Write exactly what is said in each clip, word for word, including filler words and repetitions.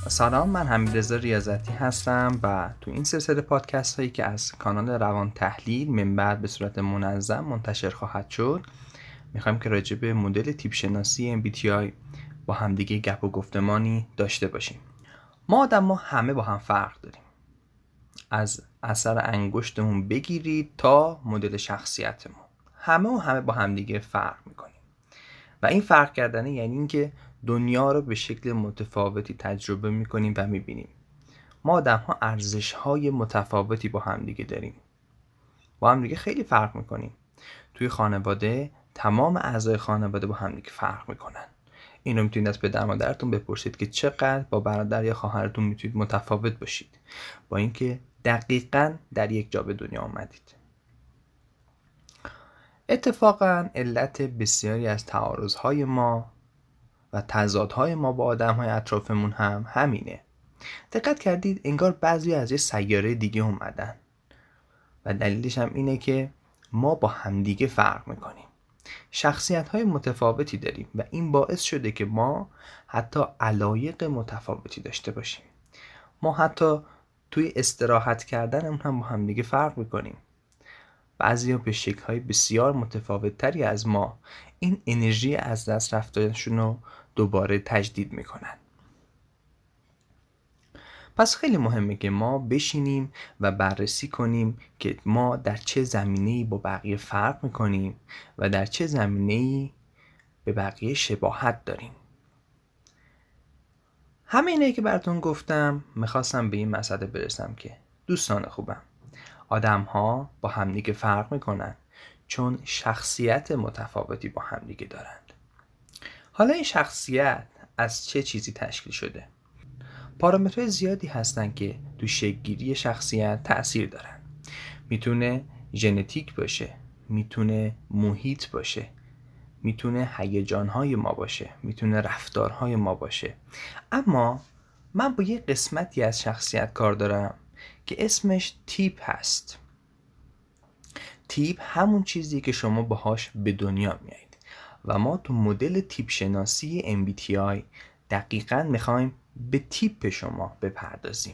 سلام، من حمیدرضا ریاضتی هستم و تو این سلسله پادکست هایی که از کانال روان تحلیل من بعد به صورت منظم منتشر خواهد شد میخوایم که راجع به مدل تیپ شناسی ام بی تی آی با همدیگه گپ و گفتمانی داشته باشیم. ما آدم ما همه با هم فرق داریم، از اثر انگشتمون بگیرید تا مدل شخصیتمون، همه و همه با همدیگه فرق میکنیم و این فرق کردنه یعنی این که دنیا رو به شکل متفاوتی تجربه میکنیم و میبینیم. ما آدم ها ارزش های متفاوتی با همدیگه داریم، با همدیگه خیلی فرق میکنیم. توی خانواده تمام اعضای خانواده با همدیگه فرق میکنن. اینو میتونید از پدر مادرتون بپرسید که چقدر با برادر یا خواهرتون میتونید متفاوت باشید، با اینکه دقیقاً در یک جا به دنیا آمدید. اتفاقاً علت بسیاری از تعارض‌های ما و تضادهای ما با آدم‌های اطرافمون هم همینه. دقت کردید انگار بعضی از یه سیاره دیگه اومدن و دلیلش هم اینه که ما با همدیگه فرق میکنیم، شخصیت‌های متفاوتی داریم و این باعث شده که ما حتی علایق متفاوتی داشته باشیم. ما حتی توی استراحت کردنمون هم با همدیگه فرق میکنیم. بعضیا به شکل‌های بسیار متفاوت‌تری از ما این انرژی از دست رفته‌شون رو دوباره تجدید میکنن. پس خیلی مهمه که ما بشینیم و بررسی کنیم که ما در چه زمینه‌ای با بقیه فرق میکنیم و در چه زمینه‌ای به بقیه شباهت داریم. همه اینایی که براتون گفتم میخواستم به این مسئله برسم که دوستان خوبم، آدم‌ها با همدیگه فرق میکنن چون شخصیت متفاوتی با همدیگه دارند. حالا این شخصیت از چه چیزی تشکیل شده؟ پارامترهای زیادی هستن که تو شکل‌گیری شخصیت تأثیر دارن. میتونه ژنتیک باشه، میتونه محیط باشه، میتونه هیجان‌های ما باشه، میتونه رفتارهای ما باشه. اما من با یه قسمتی از شخصیت کار دارم که اسمش تیپ هست. تیپ همون چیزی که شما باهاش به دنیا میایید و ما تو مدل تیپ شناسی ام بی تی آی دقیقاً میخوایم به تیپ شما بپردازیم.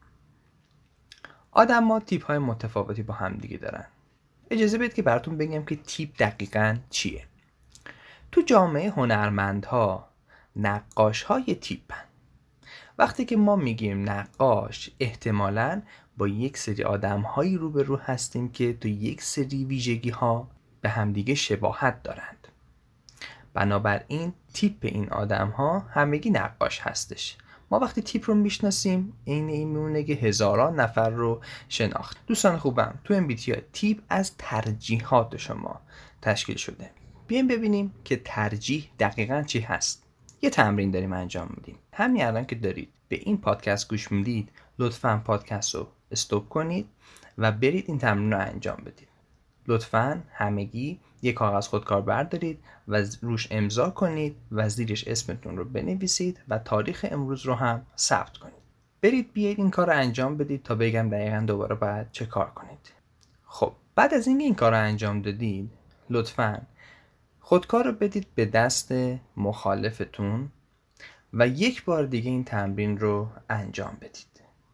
آدم ها تیپ های متفاوتی با هم دیگه دارن. اجازه بدید که براتون بگم که تیپ دقیقاً چیه. تو جامعه هنرمندها نقاش های تیپن. وقتی که ما میگیم نقاش، احتمالاً با یک سری آدم هایی روبرو هستیم که تو یک سری ویژگی ها به همدیگه شباهت دارند. بنابراین تیپ این آدم ها همگی نقاش هستش. ما وقتی تیپ رو میشناسیم این این میمونه که هزاران نفر رو شناخت. دوستان خوبم، تو ام بی تی آی تیپ از ترجیحات شما تشکیل شده. بیایم ببینیم که ترجیح دقیقاً چی هست. یه تمرین داریم انجام میدیم. همین الان که دارید به این پادکست گوش میدید، لطفاً پادکست رو استاپ کنید و برید این تمرین رو انجام بدید. لطفاً همگی یک کاغذ خودکار بردارید و روش امضا کنید و زیرش اسمتون رو بنویسید و تاریخ امروز رو هم ثبت کنید. برید بیاید این کار رو انجام بدید تا بگم دقیقاً دوباره باید چه کار کنید. خب بعد از اینکه این کار رو انجام دادید، لطفاً خودکار رو بدید به دست مخالفتون و یک بار دیگه این تمرین رو انجام بدید.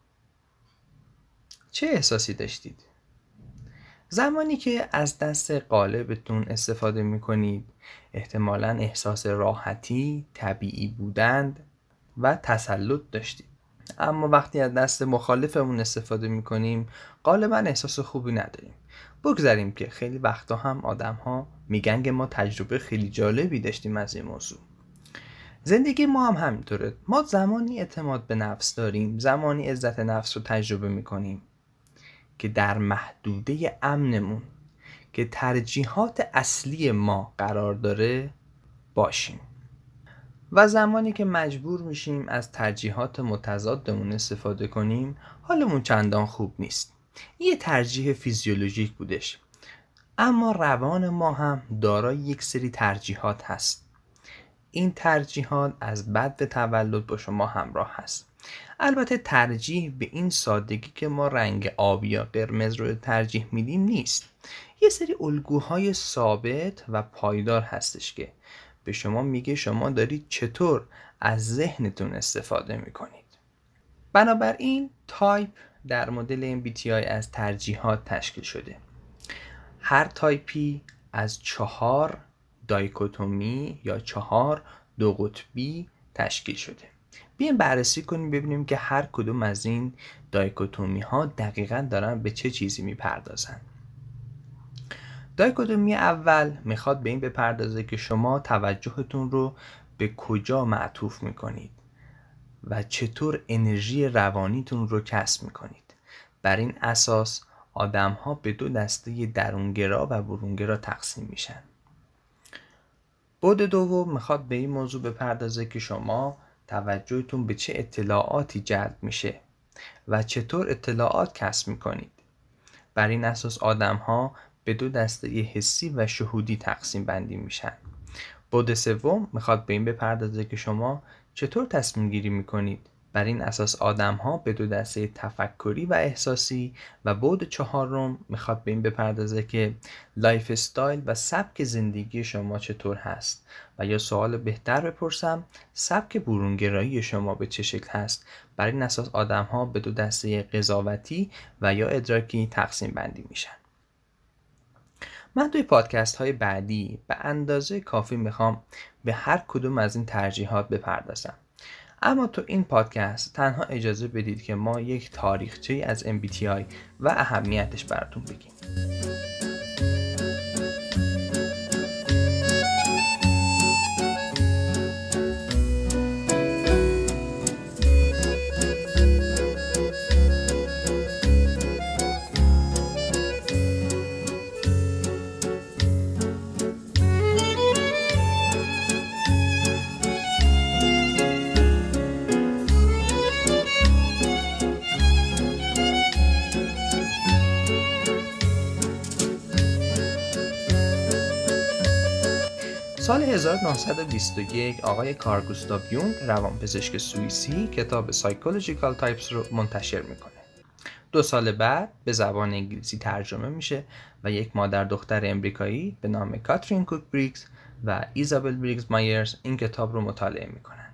چه احساسی داشتید؟ زمانی که از دست قالبتون استفاده میکنید احتمالاً احساس راحتی، طبیعی بودن و تسلط داشتید. اما وقتی از دست مخالفمون استفاده میکنیم غالباً احساس خوبی نداریم. بگذاریم که خیلی وقتا هم آدم ها میگن که ما تجربه خیلی جالبی داشتیم از این موضوع. زندگی ما هم همینطوره. ما زمانی اعتماد به نفس داریم، زمانی عزت نفس رو تجربه میکنیم که در محدوده امنمون که ترجیحات اصلی ما قرار داره باشیم و زمانی که مجبور میشیم از ترجیحات متضادمون استفاده کنیم حالمون چندان خوب نیست. یه ترجیح فیزیولوژیک بودش، اما روان ما هم دارای یک سری ترجیحات هست. این ترجیحات از بعد تولد با شما همراه هست. البته ترجیح به این سادگی که ما رنگ آبی یا قرمز رو ترجیح میدیم نیست. یه سری الگوهای ثابت و پایدار هستش که به شما میگه شما دارید چطور از ذهنتون استفاده میکنید. بنابراین تایپ در مدل ام بی تی آی از ترجیحات تشکیل شده. هر تایپی از چهار دایکوتومی یا چهار دو قطبی تشکیل شده. بیایم بررسی کنیم ببینیم که هر کدوم از این دایکوتومی ها دقیقاً دارن به چه چیزی میپردازن. دایکوتومی اول میخواد به این بپردازه که شما توجهتون رو به کجا معطوف میکنید و چطور انرژی روانیتون رو کسب میکنید. بر این اساس آدم ها به دو دسته درونگرا و برونگرا تقسیم میشن. بعد دوم میخواد به این موضوع بپردازه که شما توجهتون به چه اطلاعاتی جلب میشه و چطور اطلاعات کسب میکنید. بر این اساس آدم ها به دو دسته حسی و شهودی تقسیم بندی میشن. بعد سوم میخواد به این بپردازه که شما چطور تصمیم گیری میکنید. بر این اساس آدم ها به دو دسته تفکری و احساسی و بعد چهارم میخواد به این بپردازه که لایف استایل و سبک زندگی شما چطور هست و یا سوال بهتر بپرسم سبک برونگرایی شما به چه شکل هست. بر این اساس آدم ها به دو دسته قضاوتی و یا ادراکی تقسیم بندی میشن. من توی پادکست های بعدی به اندازه کافی میخوام به هر کدوم از این ترجیحات بپردازم. اما تو این پادکست تنها اجازه بدید که ما یک تاریخچه از ام بی تی آی و اهمیتش براتون بگیم. سال هزار و نهصد و بیست و یک آقای کارل گوستاو یونگ روانپزشک سوئیسی کتاب Psychological Types رو منتشر میکنه. دو سال بعد به زبان انگلیسی ترجمه میشه و یک مادر دختر امریکایی به نام کاترین کوک بریگز و ایزابل بریگز مایرز این کتاب رو مطالعه میکنن.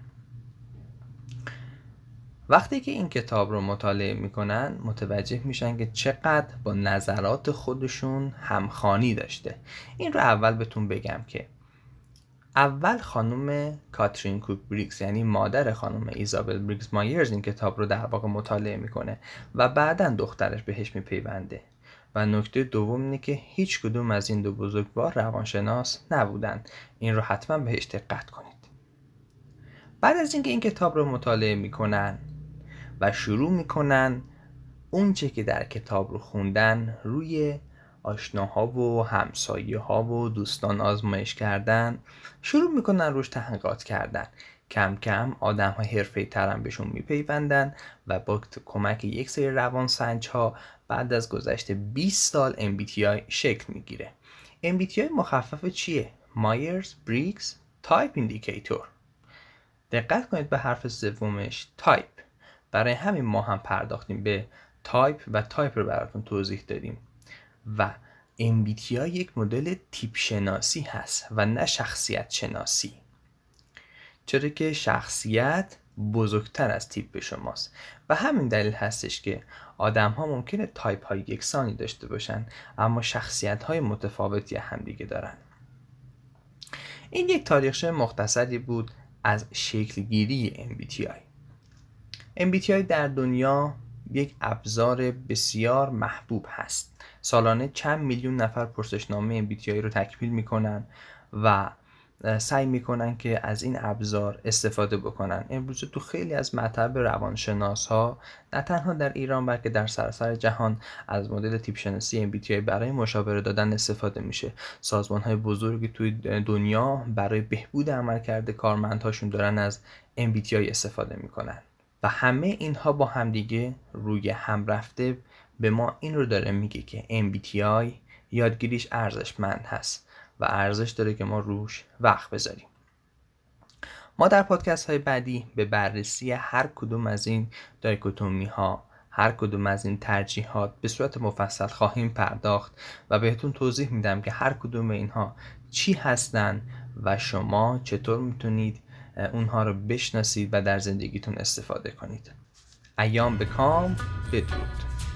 وقتی که این کتاب رو مطالعه میکنن متوجه میشن که چقدر با نظرات خودشون همخوانی داشته. این رو اول بهتون بگم که اول خانم کاترین کوک بریگز یعنی مادر خانم ایزابل بریگز مایرز این کتاب رو در واقع مطالعه میکنه و بعداً دخترش بهش میپیونده. و نکته دوم اینه که هیچ کدوم از این دو بزرگوار روانشناس نبودن. این رو حتما بهش دقت کنید. بعد از اینکه این کتاب رو مطالعه میکنن و شروع میکنن اون چه که در کتاب رو خوندن روی آشناها و همسایه ها و دوستان آزمایش کردن، شروع میکنن روش تحقیقات کردن. کم کم آدم ها حرفه‌ای تر هم بهشون میپیوندن و با کمک یک سری روانسنج ها بعد از گذشت بیست سال ام بی تی آی شکل میگیره. ام بی تی آی مخفف چیه؟ مایرز بریگز تایپ ایندیکیتور. دقت کنید به حرف سومش تایپ. برای همین ما هم پرداختیم به تایپ و تایپ رو براتون توضیح دادیم. و ام بی تی آی یک مدل تیپ شناسی هست و نه شخصیت شناسی، چرا که شخصیت بزرگتر از تیپ شماست و همین دلیل هستش که آدم ها ممکنه تایپ های یکسانی داشته باشن اما شخصیت های متفاوتی همدیگه دارن. این یک تاریخچه مختصری بود از شکلگیری ام بی تی آی. ام بی تی آی در دنیا یک ابزار بسیار محبوب هست. سالانه چند میلیون نفر پرسشنامه ام بی تی آی رو تکمیل میکنن و سعی میکنن که از این ابزار استفاده بکنن. امروزه تو خیلی از مطب روانشناس ها نه تنها در ایران بلکه در سراسر جهان از مدل تیپ شناسی ام بی تی آی برای مشاوره دادن استفاده میشه. سازمان های بزرگی توی دنیا برای بهبود عملکرد کارمندهاشون دارن از ام بی تی آی استفاده میکنن و همه اینها با همدیگه روی هم رفته به ما این رو داره میگه که ام بی تی آی یادگیریش ارزشمند هست و ارزش داره که ما روش وقت بذاریم. ما در پادکست های بعدی به بررسی هر کدوم از این دایکوتومی ها، هر کدوم از این ترجیحات به صورت مفصل خواهیم پرداخت و بهتون توضیح میدم که هر کدوم اینها چی هستن و شما چطور میتونید اونها رو بشناسید و در زندگیتون استفاده کنید. ایام به کام، بدرود.